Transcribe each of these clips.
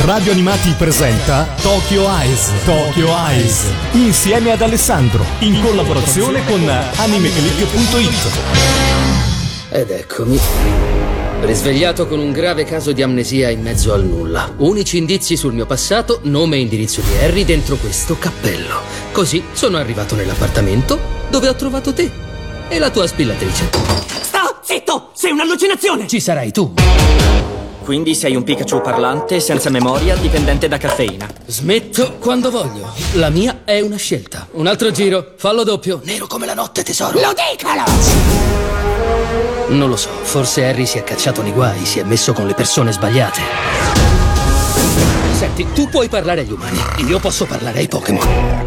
Radio Animati presenta Tokyo Eyes. Tokyo Eyes. Insieme ad Alessandro, in collaborazione con animeclick.it. Ed eccomi, risvegliato con un grave caso di amnesia in mezzo al nulla. Unici indizi sul mio passato, nome e indirizzo di Harry dentro questo cappello. Così sono arrivato nell'appartamento dove ho trovato te e la tua spillatrice. Sta zitto! Sei un'allucinazione! Ci sarai tu. Quindi sei un Pikachu parlante, senza memoria, dipendente da caffeina. Smetto quando voglio. La mia è una scelta. Un altro giro, fallo doppio. Nero come la notte, tesoro. Lo dicalo! Non lo so, forse Harry si è cacciato nei guai, si è messo con le persone sbagliate. Senti, tu puoi parlare agli umani, io posso parlare ai Pokémon.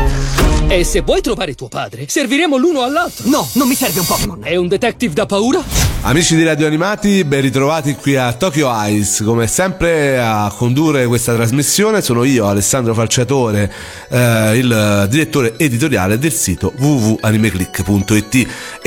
E se vuoi trovare tuo padre, serviremo l'uno all'altro. No, non mi serve un Pokémon. È un detective da paura? Amici di Radio Animati, ben ritrovati qui a Tokyo Eyes. Come sempre a condurre questa trasmissione sono io, Alessandro Falciatore, il direttore editoriale del sito www.animeclick.it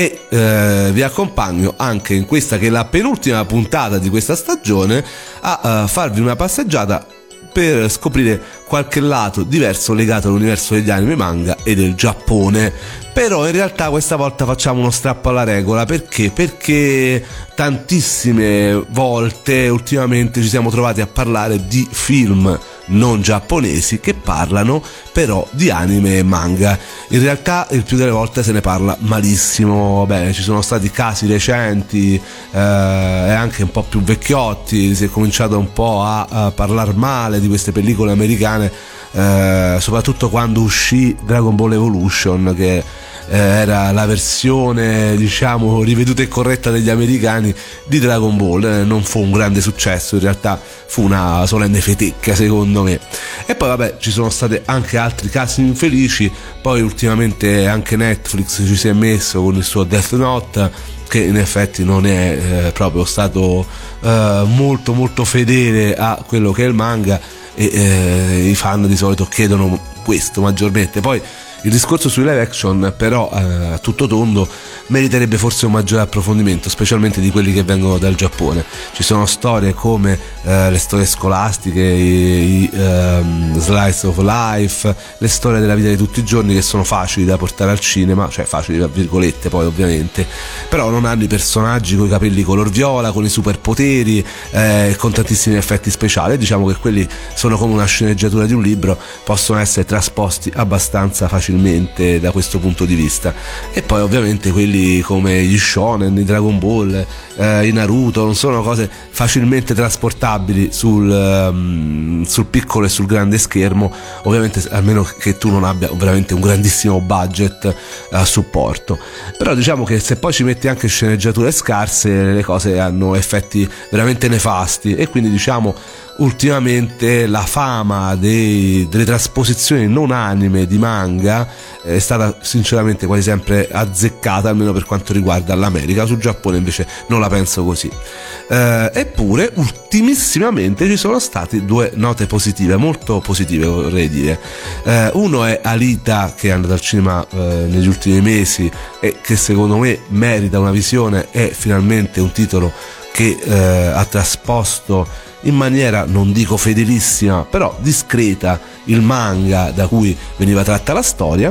e vi accompagno anche in questa che è la penultima puntata di questa stagione a farvi una passeggiata per scoprire qualche lato diverso legato all'universo degli anime, manga e del Giappone. Però in realtà questa volta facciamo uno strappo alla regola. Perché tantissime volte ultimamente ci siamo trovati a parlare di film non giapponesi che parlano però di anime e manga. In realtà il più delle volte se ne parla malissimo. Beh, ci sono stati casi recenti e anche un po' più vecchiotti, si è cominciato un po' a parlare male di queste pellicole americane, soprattutto quando uscì Dragon Ball Evolution, che era la versione, diciamo, riveduta e corretta degli americani di Dragon Ball. Non fu un grande successo, in realtà fu una solenne fetecca secondo me. E poi vabbè, ci sono stati anche altri casi infelici. Poi ultimamente anche Netflix ci si è messo con il suo Death Note, che in effetti non è proprio stato molto molto fedele a quello che è il manga, e i fan di solito chiedono questo maggiormente. Poi il discorso sui live action però a tutto tondo meriterebbe forse un maggiore approfondimento, specialmente di quelli che vengono dal Giappone. Ci sono storie come le storie scolastiche, i slice of life, le storie della vita di tutti i giorni, che sono facili da portare al cinema, cioè facili tra virgolette poi ovviamente, però non hanno i personaggi con i capelli color viola, con i superpoteri, con tantissimi effetti speciali. Diciamo che quelli sono come una sceneggiatura di un libro, possono essere trasposti abbastanza facilmente da questo punto di vista. E poi ovviamente quelli come gli shonen, i Dragon Ball, i Naruto non sono cose facilmente trasportabili sul piccolo e sul grande schermo, ovviamente, almeno che tu non abbia veramente un grandissimo budget a supporto. Però diciamo che se poi ci metti anche sceneggiature scarse, le cose hanno effetti veramente nefasti. E quindi diciamo ultimamente la fama delle trasposizioni non anime di manga è stata sinceramente quasi sempre azzeccata, almeno per quanto riguarda l'America. Sul Giappone invece non la penso così. Eppure ultimissimamente ci sono state due note positive, molto positive vorrei dire. Uno è Alita, che è andata al cinema negli ultimi mesi e che secondo me merita una visione. È finalmente un titolo che ha trasposto in maniera, non dico fedelissima, però discreta, il manga da cui veniva tratta la storia.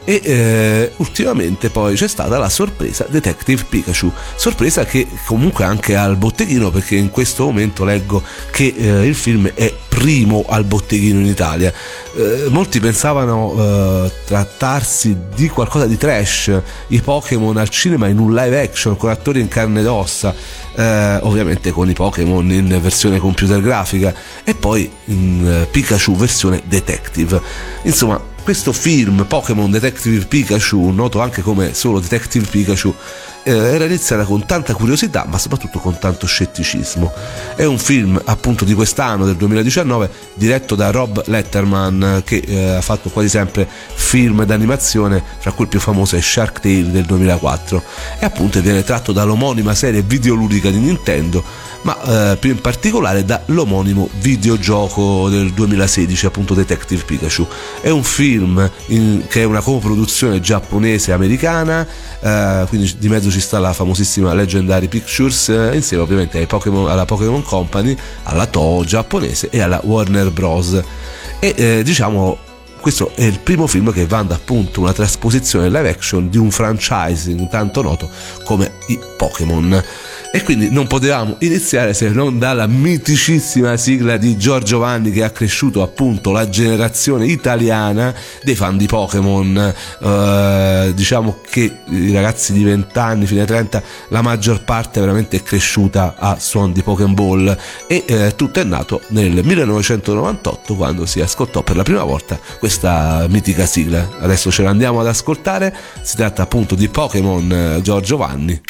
E ultimamente poi c'è stata la sorpresa Detective Pikachu, sorpresa che comunque anche al botteghino, perché in questo momento leggo che il film è primo al botteghino in Italia. Molti pensavano trattarsi di qualcosa di trash, i Pokémon al cinema in un live action con attori in carne ed ossa, ovviamente con i Pokémon in versione computer grafica, e poi in Pikachu versione detective. Insomma, questo film Pokémon Detective Pikachu, noto anche come solo Detective Pikachu, era iniziata con tanta curiosità, ma soprattutto con tanto scetticismo. È un film appunto di quest'anno, del 2019, diretto da Rob Letterman, che ha fatto quasi sempre film d'animazione, fra cui il più famoso è Shark Tale del 2004, e appunto viene tratto dall'omonima serie videoludica di Nintendo, ma più in particolare dall'omonimo videogioco del 2016, appunto Detective Pikachu. È un film che è una coproduzione giapponese-americana, quindi di mezzo ci ci sta la famosissima Legendary Pictures, insieme ovviamente alla Pokémon Company, alla Toho giapponese e alla Warner Bros. E diciamo questo è il primo film che vanta appunto una trasposizione live action di un franchising tanto noto come i Pokémon. E quindi non potevamo iniziare se non dalla miticissima sigla di Giorgio Vanni, che ha cresciuto appunto la generazione italiana dei fan di Pokémon. Diciamo che i ragazzi di 20 anni, fine 30, la maggior parte veramente è cresciuta a suon di Pokéball, e tutto è nato nel 1998 quando si ascoltò per la prima volta questa mitica sigla. Adesso ce l'andiamo ad ascoltare, si tratta appunto di Pokémon Giorgio Vanni.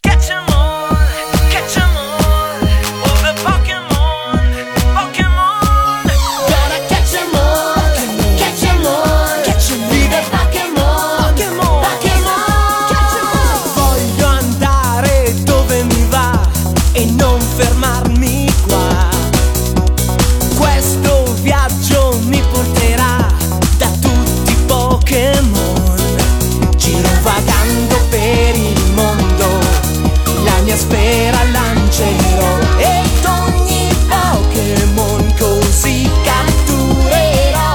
Spera lancerò ed ogni Pokémon così catturerò.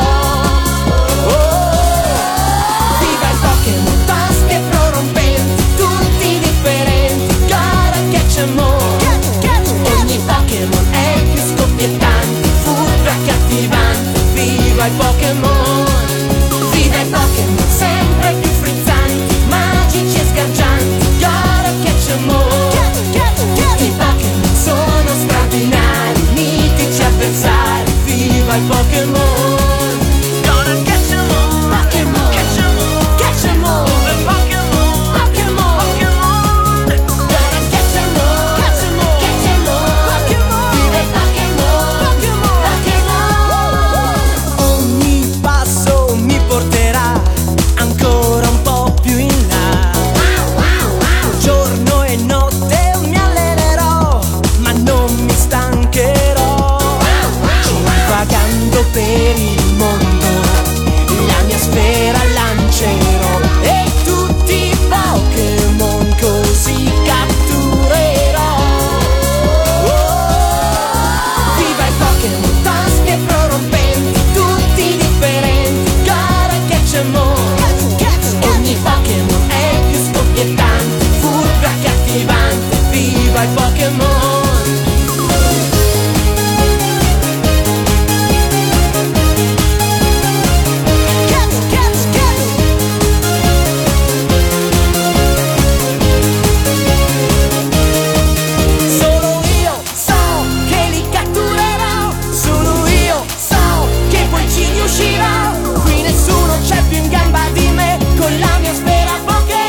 Viva il Pokémon, tosti e prorompenti, tutti differenti, gotta catch 'em all. Ogni Pokémon è più scoppiettante, furbo e accattivante. Viva il Pokémon, viva il Pokémon, sempre più frizzanti, magici e sgargianti, gotta catch 'em all. Sono straordinari, mitici avversari, viva il Pokémon! Gonna catch 'em all, Pokémon, catch 'em all, catch 'em all, Pokémon, Pokémon, Pokémon, gonna catch 'em all, catch 'em all, catch 'em all, Pokémon, viva il Pokémon, Pokémon, Pokémon! Ogni passo mi porterà ancora un po' più in là, giorno e notte stancherò, vagando per il mondo, la mia sfera lancerò e tutti i Pokémon così catturerò. Viva i Pokémon, tosti e prorompenti, tutti differenti, gotta catch 'em all. Ogni Pokémon è più scoppiettante, furbo e accattivante, viva i Pokémon. Qui nessuno c'è più in gamba di me, con la mia sfera Poké.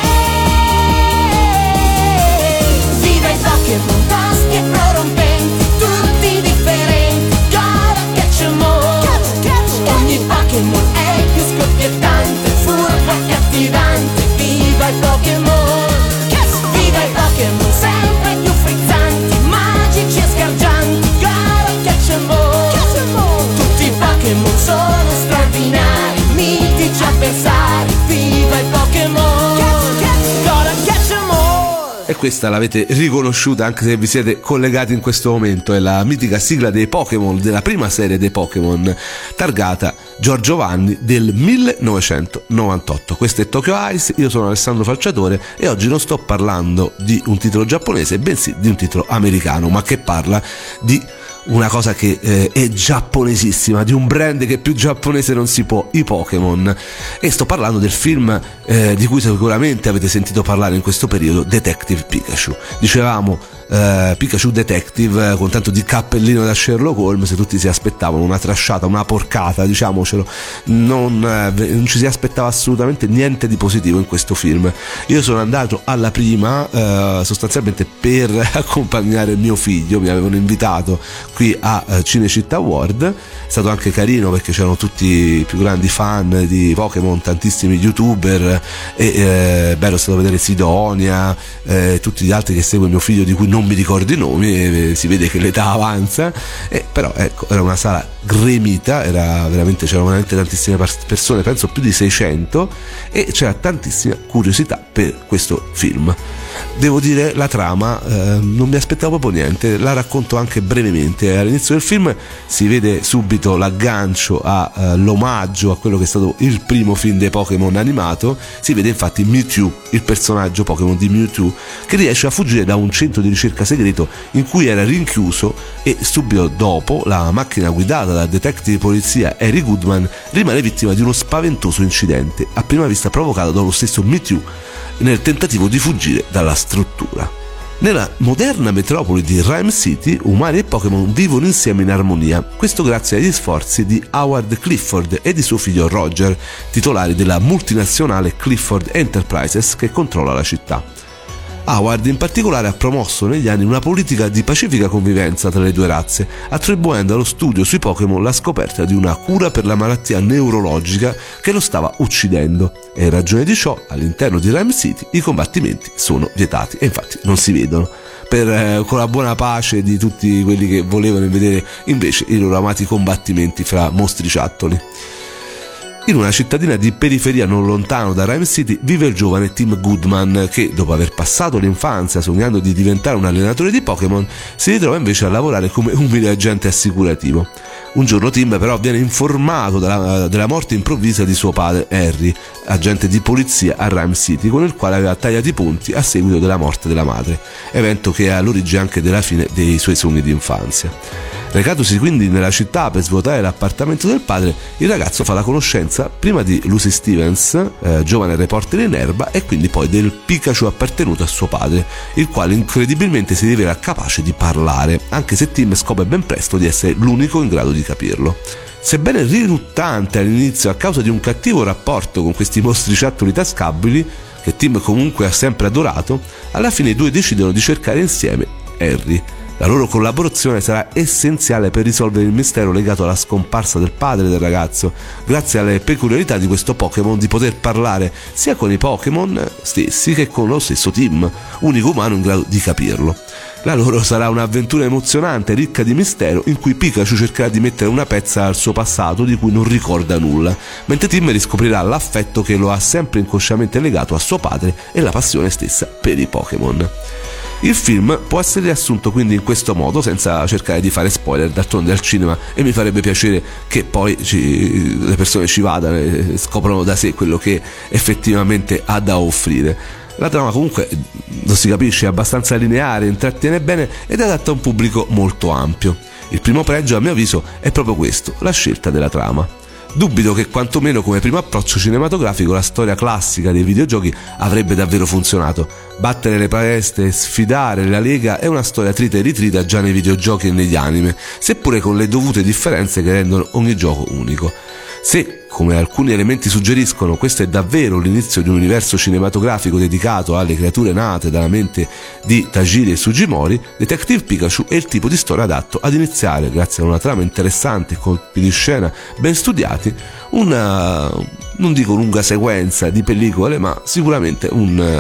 Viva i Pokémon, tosti e prorompenti, tutti differenti, gotta catch 'em all. Ogni Pokémon è più scoppiettante, furbo e cattivante, viva i Pokémon. Viva i Pokémon, sempre più frizzanti, magici e sgargianti, gotta catch 'em all. Tutti i Pokémon sono straordinari, mitici avversari, viva il Pokémon, gotta catch 'em all. E questa l'avete riconosciuta anche se vi siete collegati in questo momento, è la mitica sigla dei Pokémon, della prima serie dei Pokémon, targata Giorgio Vanni del 1998. Questo è Tokyo Eyes, io sono Alessandro Falciatore e oggi non sto parlando di un titolo giapponese, bensì di un titolo americano, ma che parla di una cosa che è giapponesissima, di un brand che più giapponese non si può, i Pokémon. E sto parlando del film di cui sicuramente avete sentito parlare in questo periodo, Detective Pikachu. Dicevamo Pikachu Detective con tanto di cappellino da Sherlock Holmes, tutti si aspettavano una trasciata, una porcata, diciamocelo, non ci si aspettava assolutamente niente di positivo in questo film. Io sono andato alla prima sostanzialmente per accompagnare mio figlio, mi avevano invitato qui a Cinecittà World, è stato anche carino perché c'erano tutti i più grandi fan di Pokémon, tantissimi youtuber e bello è stato vedere Sidonia, tutti gli altri che segue mio figlio di cui non mi ricordo i nomi, si vede che l'età avanza, però ecco, era una sala gremita, c'erano veramente tantissime persone, penso più di 600, e c'era tantissima curiosità per questo film. Devo dire, la trama non mi aspettavo proprio niente, la racconto anche brevemente. All'inizio del film si vede subito l'aggancio all'omaggio a quello che è stato il primo film dei Pokémon animato. Si vede infatti Mewtwo, il personaggio Pokémon di Mewtwo, che riesce a fuggire da un centro di ricerca segreto in cui era rinchiuso, e subito dopo la macchina guidata dal detective di polizia Harry Goodman rimane vittima di uno spaventoso incidente, a prima vista provocato dallo stesso Mewtwo nel tentativo di fuggire dalla struttura. Nella moderna metropoli di Rhyme City, umani e Pokémon vivono insieme in armonia, questo grazie agli sforzi di Howard Clifford e di suo figlio Roger, titolari della multinazionale Clifford Enterprises che controlla la città. Howard in particolare ha promosso negli anni una politica di pacifica convivenza tra le due razze, attribuendo allo studio sui Pokémon la scoperta di una cura per la malattia neurologica che lo stava uccidendo, e in ragione di ciò all'interno di Rhyme City i combattimenti sono vietati e infatti non si vedono, con la buona pace di tutti quelli che volevano vedere invece i loro amati combattimenti fra mostriciattoli. In una cittadina di periferia non lontano da Rhyme City vive il giovane Tim Goodman che, dopo aver passato l'infanzia sognando di diventare un allenatore di Pokémon, si ritrova invece a lavorare come umile agente assicurativo. Un giorno Tim però viene informato della morte improvvisa di suo padre Harry, agente di polizia a Rhyme City, con il quale aveva tagliato i ponti a seguito della morte della madre, evento che è all'origine anche della fine dei suoi sogni di infanzia. Recatosi quindi nella città per svuotare l'appartamento del padre, il ragazzo fa la conoscenza prima di Lucy Stevens, giovane reporter in erba, e quindi poi del Pikachu appartenuto a suo padre, il quale incredibilmente si rivela capace di parlare, anche se Tim scopre ben presto di essere l'unico in grado di capirlo. Sebbene riluttante all'inizio a causa di un cattivo rapporto con questi mostriciattoli tascabili, che Tim comunque ha sempre adorato, alla fine i due decidono di cercare insieme Harry. La loro collaborazione sarà essenziale per risolvere il mistero legato alla scomparsa del padre del ragazzo, grazie alle peculiarità di questo Pokémon di poter parlare sia con i Pokémon stessi che con lo stesso Tim, unico umano in grado di capirlo. La loro sarà un'avventura emozionante, ricca di mistero, in cui Pikachu cercherà di mettere una pezza al suo passato di cui non ricorda nulla, mentre Tim riscoprirà l'affetto che lo ha sempre inconsciamente legato a suo padre e la passione stessa per i Pokémon. Il film può essere riassunto quindi in questo modo, senza cercare di fare spoiler, d'altronde al cinema, e mi farebbe piacere che poi le persone ci vadano e scoprono da sé quello che effettivamente ha da offrire. La trama comunque, lo si capisce, è abbastanza lineare, intrattiene bene ed è adatta a un pubblico molto ampio. Il primo pregio, a mio avviso, è proprio questo, la scelta della trama. Dubito che quantomeno come primo approccio cinematografico la storia classica dei videogiochi avrebbe davvero funzionato. Battere le palestre e sfidare la Lega è una storia trita e ritrita già nei videogiochi e negli anime, seppure con le dovute differenze che rendono ogni gioco unico. Se, come alcuni elementi suggeriscono, questo è davvero l'inizio di un universo cinematografico dedicato alle creature nate dalla mente di Tajiri e Sugimori, Detective Pikachu è il tipo di storia adatto ad iniziare, grazie a una trama interessante e colpi di scena ben studiati, una, non dico lunga sequenza di pellicole, ma sicuramente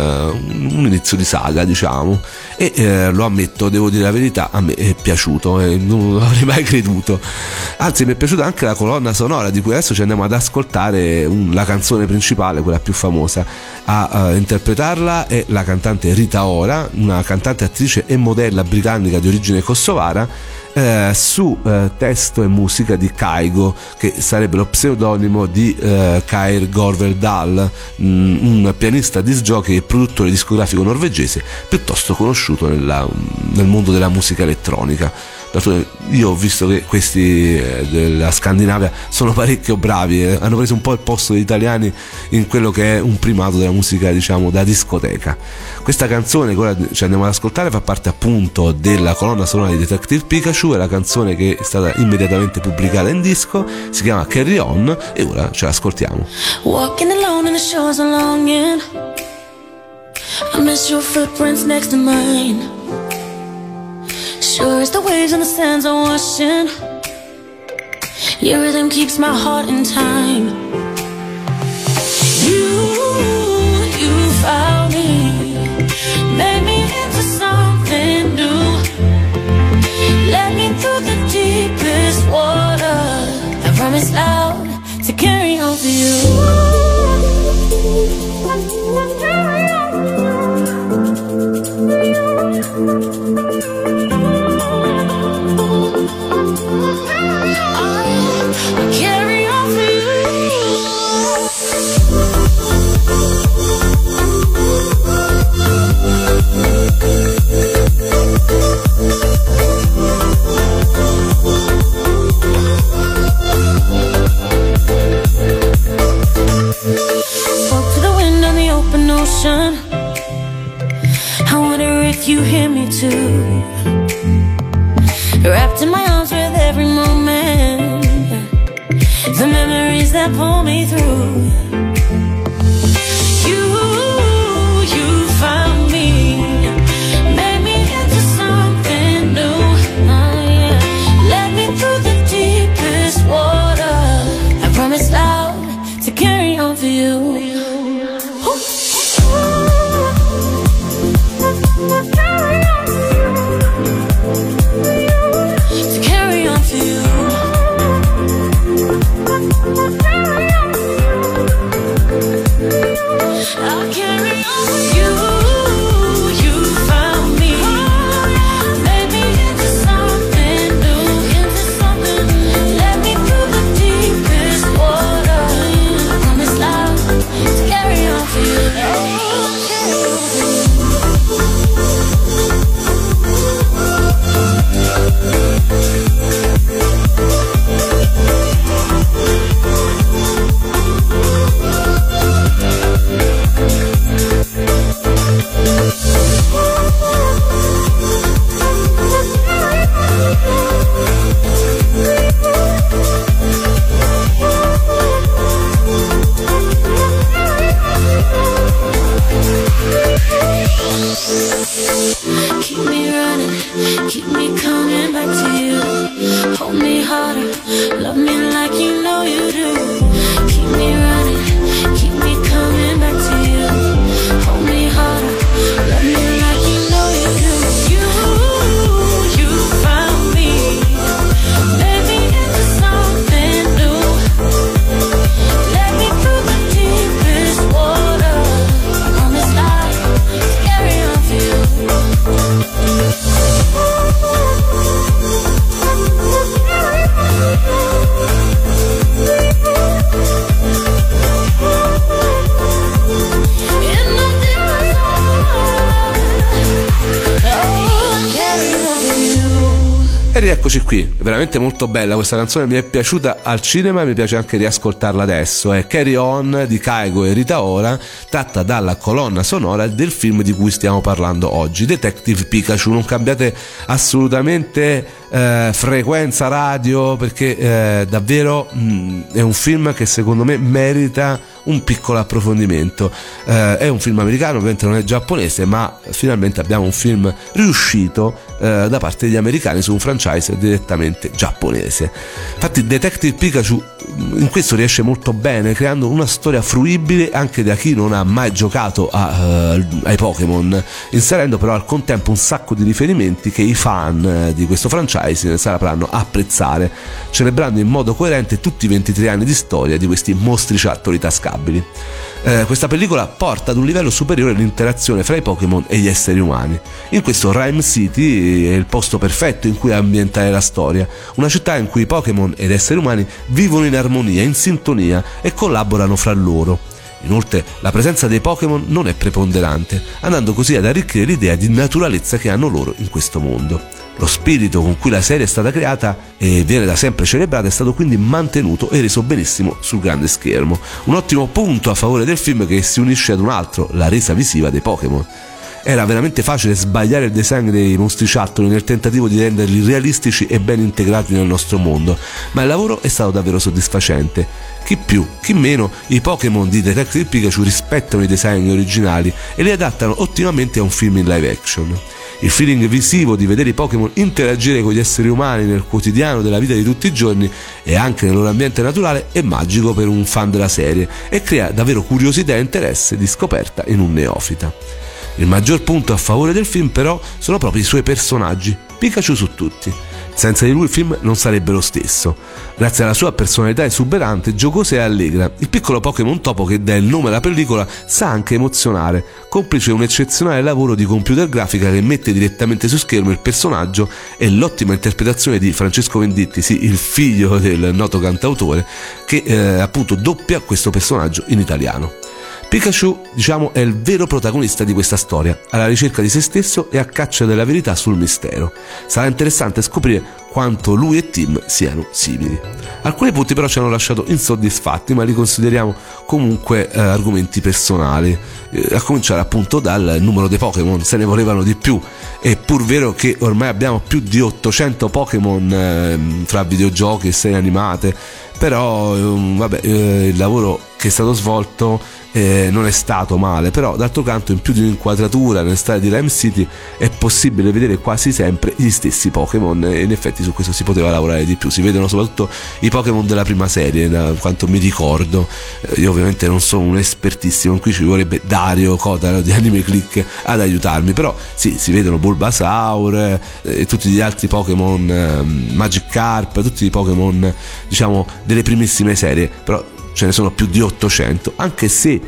un inizio di saga, diciamo. E lo ammetto, devo dire la verità, a me è piaciuto, non l'avrei mai creduto. Anzi, mi è piaciuta anche la colonna sonora, di cui adesso ci andiamo ad ascoltare la canzone principale, quella più famosa. A interpretarla è la cantante Rita Ora, una cantante, attrice e modella britannica di origine kosovara, su testo e musica di Kygo, che sarebbe lo pseudonimo di Kair Gorveldal, un pianista disc jockey e produttore discografico norvegese piuttosto conosciuto nel mondo della musica elettronica. Io ho visto che questi della Scandinavia sono parecchio bravi, hanno preso un po' il posto degli italiani in quello che è un primato della musica, diciamo, da discoteca. Questa canzone che ora ci andiamo ad ascoltare fa parte appunto della colonna sonora di Detective Pikachu, è la canzone che è stata immediatamente pubblicata in disco, si chiama Carry On e ora ce l'ascoltiamo. Walking alone in the shores of longing, I miss your footprints next to mine. Sure as the waves and the sands are washing, your rhythm keeps my heart in time. You found me, made me into something new, led me through the deepest water. I promise loud to carry on for you. near me too. Wrapped in my arms with every moment, the memories that pull me through. You found me, made me into something new. Yeah. Led me through the deepest water. I promised loud to carry on for you. To carry on for you. I'll carry on for you. You found me, made me into something new, into something. Led me through the deepest water. I promise loud to carry on for you. Keep me running, keep me coming back to you. Hold me harder, love me like you know you do. Keep me running, keep me coming back to you. Hold me harder, love me like you know you do. You found me, made me into something new. Led me through the deepest water. I promise life to carry on for you. E rieccoci qui, veramente molto bella questa canzone, mi è piaciuta al cinema e mi piace anche riascoltarla adesso. È Carry On di Kygo e Rita Ora, tratta dalla colonna sonora del film di cui stiamo parlando oggi, Detective Pikachu. Non cambiate assolutamente frequenza radio, perché davvero è un film che secondo me merita un piccolo approfondimento. È un film americano, ovviamente non è giapponese, ma finalmente abbiamo un film riuscito da parte degli americani su un franchise direttamente giapponese. Infatti Detective Pikachu in questo riesce molto bene, creando una storia fruibile anche da chi non ha mai giocato ai Pokémon, inserendo però al contempo un sacco di riferimenti che i fan di questo franchise sapranno apprezzare, celebrando in modo coerente tutti i 23 anni di storia di questi mostriciattoli tascabili. Questa pellicola porta ad un livello superiore l'interazione fra i Pokémon e gli esseri umani. In questo Rhyme City è il posto perfetto in cui ambientare la storia, una città in cui i Pokémon ed esseri umani vivono in armonia, in sintonia e collaborano fra loro. Inoltre la presenza dei Pokémon non è preponderante, andando così ad arricchire l'idea di naturalezza che hanno loro in questo mondo. Lo spirito con cui la serie è stata creata e viene da sempre celebrata è stato quindi mantenuto e reso benissimo sul grande schermo. Un ottimo punto a favore del film che si unisce ad un altro, la resa visiva dei Pokémon. Era veramente facile sbagliare il design dei mostriciattoli nel tentativo di renderli realistici e ben integrati nel nostro mondo, ma il lavoro è stato davvero soddisfacente. Chi più, chi meno, i Pokémon di Detective Pikachu rispettano i design originali e li adattano ottimamente a un film in live action. Il feeling visivo di vedere i Pokémon interagire con gli esseri umani nel quotidiano della vita di tutti i giorni e anche nel loro ambiente naturale è magico per un fan della serie e crea davvero curiosità e interesse di scoperta in un neofita. Il maggior punto a favore del film però sono proprio i suoi personaggi, Pikachu su tutti. Senza di lui il film non sarebbe lo stesso. Grazie alla sua personalità esuberante, giocosa e allegra, il piccolo Pokémon Topo che dà il nome alla pellicola sa anche emozionare, complice un eccezionale lavoro di computer grafica che mette direttamente su schermo il personaggio e l'ottima interpretazione di Francesco Venditti, sì, il figlio del noto cantautore, che appunto doppia questo personaggio in italiano. Pikachu, diciamo, è il vero protagonista di questa storia, alla ricerca di se stesso e a caccia della verità sul mistero. Sarà interessante scoprire quanto lui e Tim siano simili. Alcuni punti però ci hanno lasciato insoddisfatti, ma li consideriamo comunque argomenti personali, a cominciare appunto dal numero dei Pokémon. Se ne volevano di più, è pur vero che ormai abbiamo più di 800 Pokémon fra videogiochi e serie animate, però il lavoro che è stato svolto non è stato male. Però d'altro canto, in più di un'inquadratura nel stadio di Rhyme City è possibile vedere quasi sempre gli stessi Pokémon, e in effetti su questo si poteva lavorare di più. Si vedono soprattutto i Pokémon della prima serie, da quanto mi ricordo. Io ovviamente non sono un espertissimo, qui ci vorrebbe Dario Kotaro di Anime Click ad aiutarmi, però sì, si vedono Bulbasaur e tutti gli altri Pokémon, Magikarp, tutti i Pokémon diciamo delle primissime serie, però ce ne sono più di 800, anche se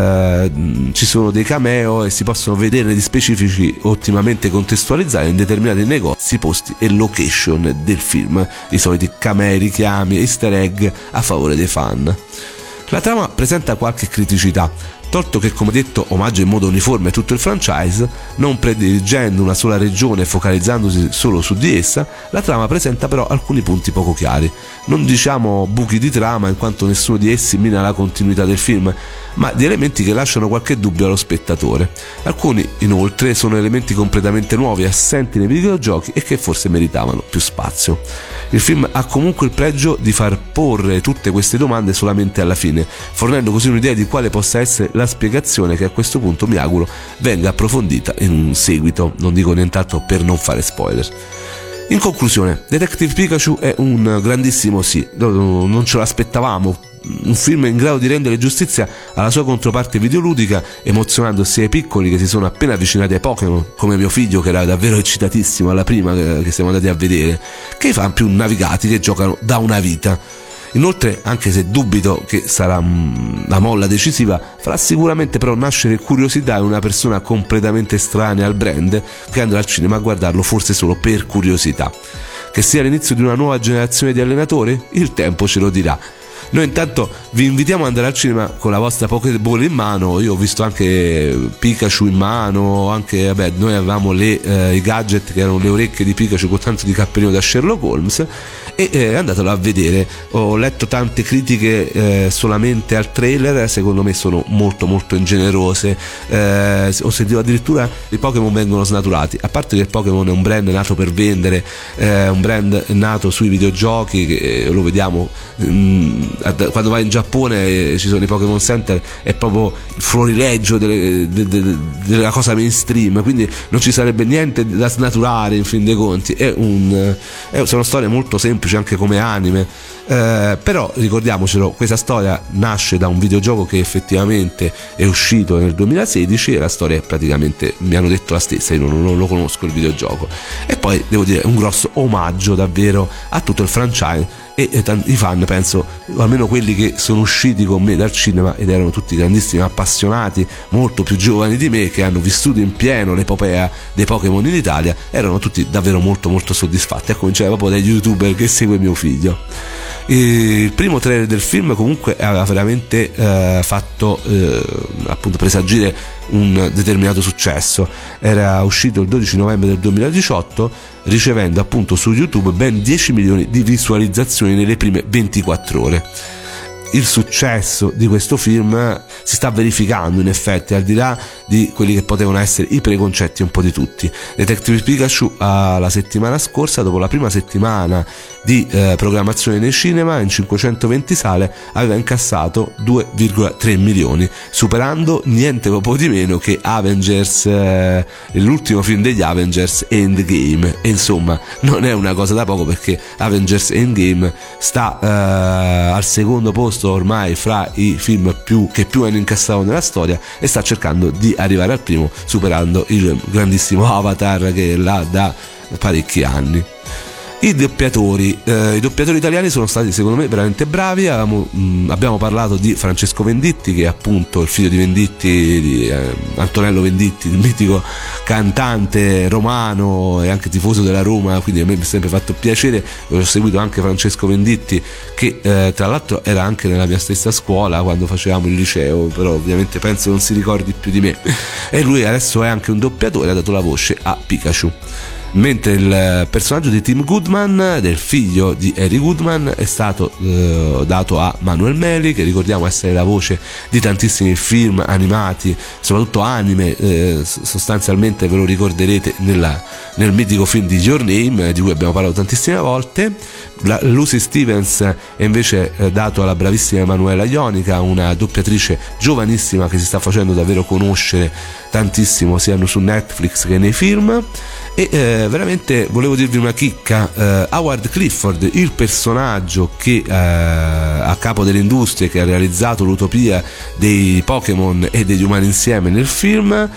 ci sono dei cameo e si possono vedere di specifici ottimamente contestualizzati in determinati negozi, posti e location del film, i soliti camei, richiami, easter egg a favore dei fan. La trama presenta qualche criticità, tolto che, come detto, omaggia in modo uniforme tutto il franchise, non prediligendo una sola regione e focalizzandosi solo su di essa. La trama presenta però alcuni punti poco chiari. Non diciamo buchi di trama, in quanto nessuno di essi mina la continuità del film, ma di elementi che lasciano qualche dubbio allo spettatore. Alcuni, inoltre, sono elementi completamente nuovi, assenti nei videogiochi e che forse meritavano più spazio. Il film ha comunque il pregio di far porre tutte queste domande solamente alla fine, fornendo così un'idea di quale possa essere la spiegazione, che a questo punto mi auguro venga approfondita in un seguito. Non dico nient'altro per non fare spoiler. In conclusione, Detective Pikachu è un grandissimo sì, non ce l'aspettavamo. Un film in grado di rendere giustizia alla sua controparte videoludica, emozionando sia i piccoli che si sono appena avvicinati ai Pokémon, come mio figlio che era davvero eccitatissimo alla prima che siamo andati a vedere, che i fan più navigati che giocano da una vita. Inoltre, anche se dubito che sarà la molla decisiva, farà sicuramente però nascere curiosità in una persona completamente estranea al brand che andrà al cinema a guardarlo forse solo per curiosità. Che sia l'inizio di una nuova generazione di allenatori? Il tempo ce lo dirà. Noi intanto vi invitiamo ad andare al cinema con la vostra Pokéball in mano. Io ho visto anche Pikachu in mano, anche noi avevamo i gadget che erano le orecchie di Pikachu con tanto di cappellino da Sherlock Holmes, e andatelo a vedere. Ho letto tante critiche solamente al trailer, secondo me sono molto molto ingenerose. Ho sentito addirittura i Pokémon vengono snaturati, a parte che il Pokémon è un brand nato per vendere, un brand nato sui videogiochi, che lo vediamo quando vai in Giappone, ci sono i Pokémon Center, è proprio il florileggio della cosa mainstream, quindi non ci sarebbe niente da snaturare in fin dei conti. Sono storie molto semplici anche come anime, però ricordiamocelo, questa storia nasce da un videogioco che effettivamente è uscito nel 2016 e la storia è praticamente, mi hanno detto, la stessa. Io non lo conosco il videogioco, e poi devo dire un grosso omaggio davvero a tutto il franchise. E i fan, penso, almeno quelli che sono usciti con me dal cinema ed erano tutti grandissimi appassionati, molto più giovani di me, che hanno vissuto in pieno l'epopea dei Pokémon in Italia, erano tutti davvero molto molto soddisfatti, a cominciare proprio dagli youtuber che segue mio figlio. Il primo trailer del film comunque aveva veramente fatto appunto presagire un determinato successo. Era uscito il 12 novembre del 2018, ricevendo appunto su YouTube ben 10 milioni di visualizzazioni nelle prime 24 ore. Il successo di questo film si sta verificando in effetti, al di là di quelli che potevano essere i preconcetti un po' di tutti. Detective Pikachu la settimana scorsa, dopo la prima settimana di programmazione nei cinema in 520 sale, aveva incassato 2,3 milioni, superando niente po' di meno che Avengers, l'ultimo film degli Avengers, Endgame. E insomma non è una cosa da poco, perché Avengers Endgame sta al secondo posto ormai fra i film che più hanno incassato nella storia, e sta cercando di arrivare al primo, superando il grandissimo Avatar che è là da parecchi anni. I doppiatori italiani sono stati secondo me veramente bravi. Abbiamo parlato di Francesco Venditti, che è appunto il figlio di Venditti, di Antonello Venditti, il mitico cantante romano e anche tifoso della Roma, quindi a me mi è sempre fatto piacere. Ho seguito anche Francesco Venditti, che tra l'altro era anche nella mia stessa scuola quando facevamo il liceo, però ovviamente penso non si ricordi più di me, e lui adesso è anche un doppiatore, ha dato la voce a Pikachu. Mentre il personaggio di Tim Goodman, del figlio di Harry Goodman, è stato dato a Manuel Meli, che ricordiamo essere la voce di tantissimi film animati, soprattutto anime. Sostanzialmente ve lo ricorderete nel mitico film di Your Name, di cui abbiamo parlato tantissime volte. Lucy Stevens è invece dato alla bravissima Emanuela Ionica, una doppiatrice giovanissima che si sta facendo davvero conoscere tantissimo sia su Netflix che nei film. E veramente volevo dirvi una chicca. Howard Clifford, il personaggio che a capo delle industrie, che ha realizzato l'utopia dei Pokémon e degli umani insieme nel film,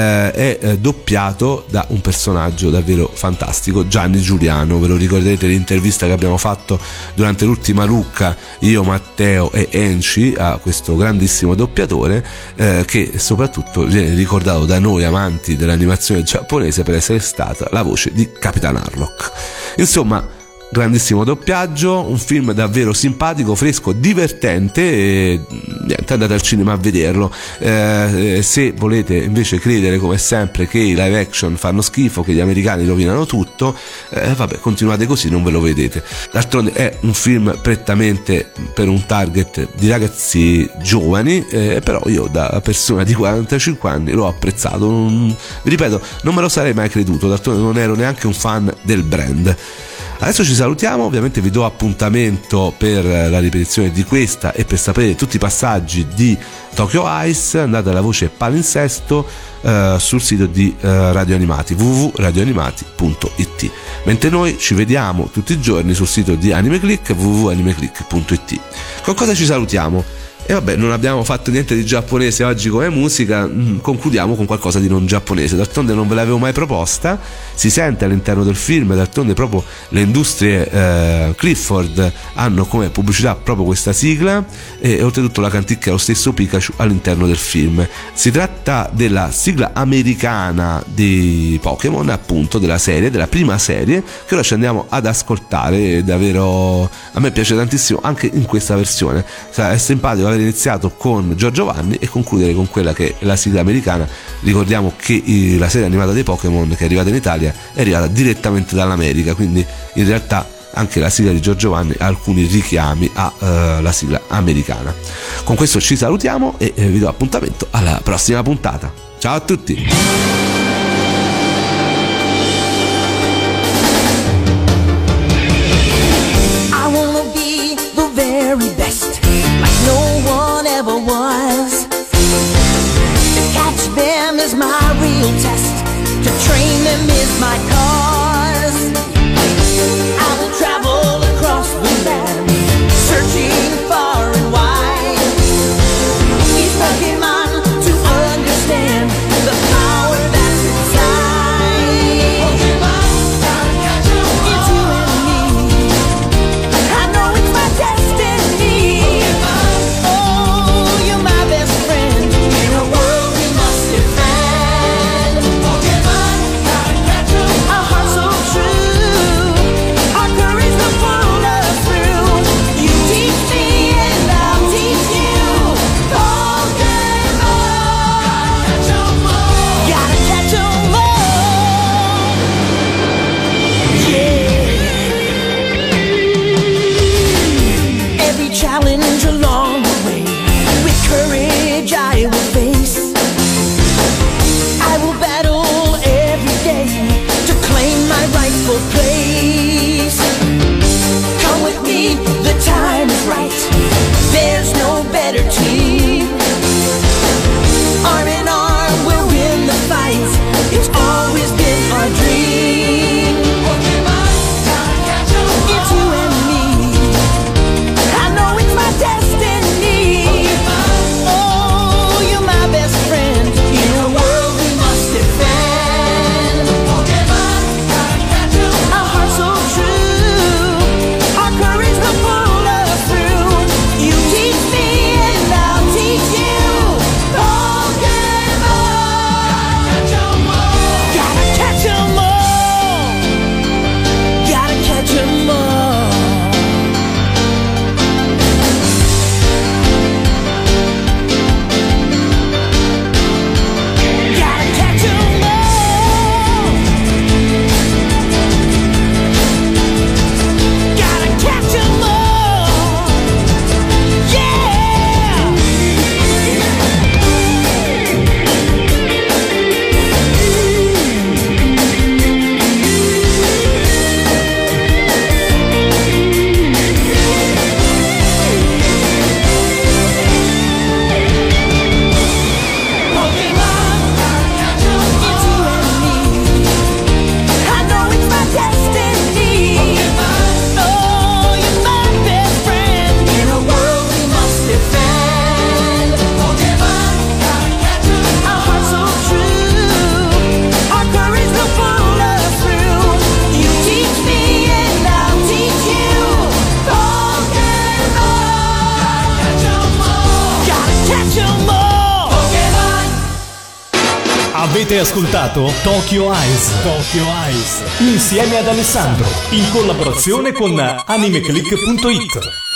è doppiato da un personaggio davvero fantastico, Gianni Giuliano. Ve lo ricorderete l'intervista che abbiamo fatto durante l'ultima Lucca, io, Matteo e Enci, a questo grandissimo doppiatore, che soprattutto viene ricordato da noi amanti dell'animazione giapponese per essere stata la voce di Capitan Harlock. Insomma, grandissimo doppiaggio, un film davvero simpatico, fresco, divertente, e niente, andate al cinema a vederlo. Se volete invece credere come sempre che i live action fanno schifo, che gli americani rovinano tutto, vabbè, continuate così, non ve lo vedete. D'altronde è un film prettamente per un target di ragazzi giovani, però io da persona di 45 anni l'ho apprezzato. Vi ripeto, non me lo sarei mai creduto, d'altronde non ero neanche un fan del brand. Adesso ci salutiamo, ovviamente vi do appuntamento per la ripetizione di questa e per sapere tutti i passaggi di Tokyo Ice. Andate alla voce palinsesto sul sito di Radio Animati, www.radioanimati.it, mentre noi ci vediamo tutti i giorni sul sito di AnimeClick, www.animeclick.it. Con cosa ci salutiamo? E vabbè, non abbiamo fatto niente di giapponese oggi come musica, concludiamo con qualcosa di non giapponese. D'altronde non ve l'avevo mai proposta, si sente all'interno del film, d'altronde proprio le industrie Clifford hanno come pubblicità proprio questa sigla, e oltretutto la canticchia è lo stesso Pikachu all'interno del film. Si tratta della sigla americana di Pokémon, appunto della serie, della prima serie, che ora ci andiamo ad ascoltare. Davvero a me piace tantissimo anche in questa versione, è simpatico aver iniziato con Giorgio Vanni e concludere con quella che è la sigla americana. Ricordiamo che la serie animata dei Pokémon che è arrivata in Italia è arrivata direttamente dall'America, quindi in realtà anche la sigla di Giorgio Vanni ha alcuni richiami alla sigla americana. Con questo ci salutiamo e vi do appuntamento alla prossima puntata. Ciao a tutti! Is my real test. To train them is my cause. I will travel across the land, searching far and wide. Each Pokemon to understand the power that's inside. Pokemon, gotta catch 'em all. It's you and me. I know it's my destiny. Pokemon, oh, you're my best friend in a world we must defend. Challenge along the way, with courage I will face. I will battle every day to claim my rightful place. Come with me, the time is right. There's no better team. Arm in arm, we'll win the fight. It's always been our dream. It's you and me. Destiny. Oh, you're my best friend in a world we must defend. Our hearts so true. Avete ascoltato Tokyo Eyes. Tokyo Eyes. Insieme ad Alessandro. In collaborazione con animeclick.it.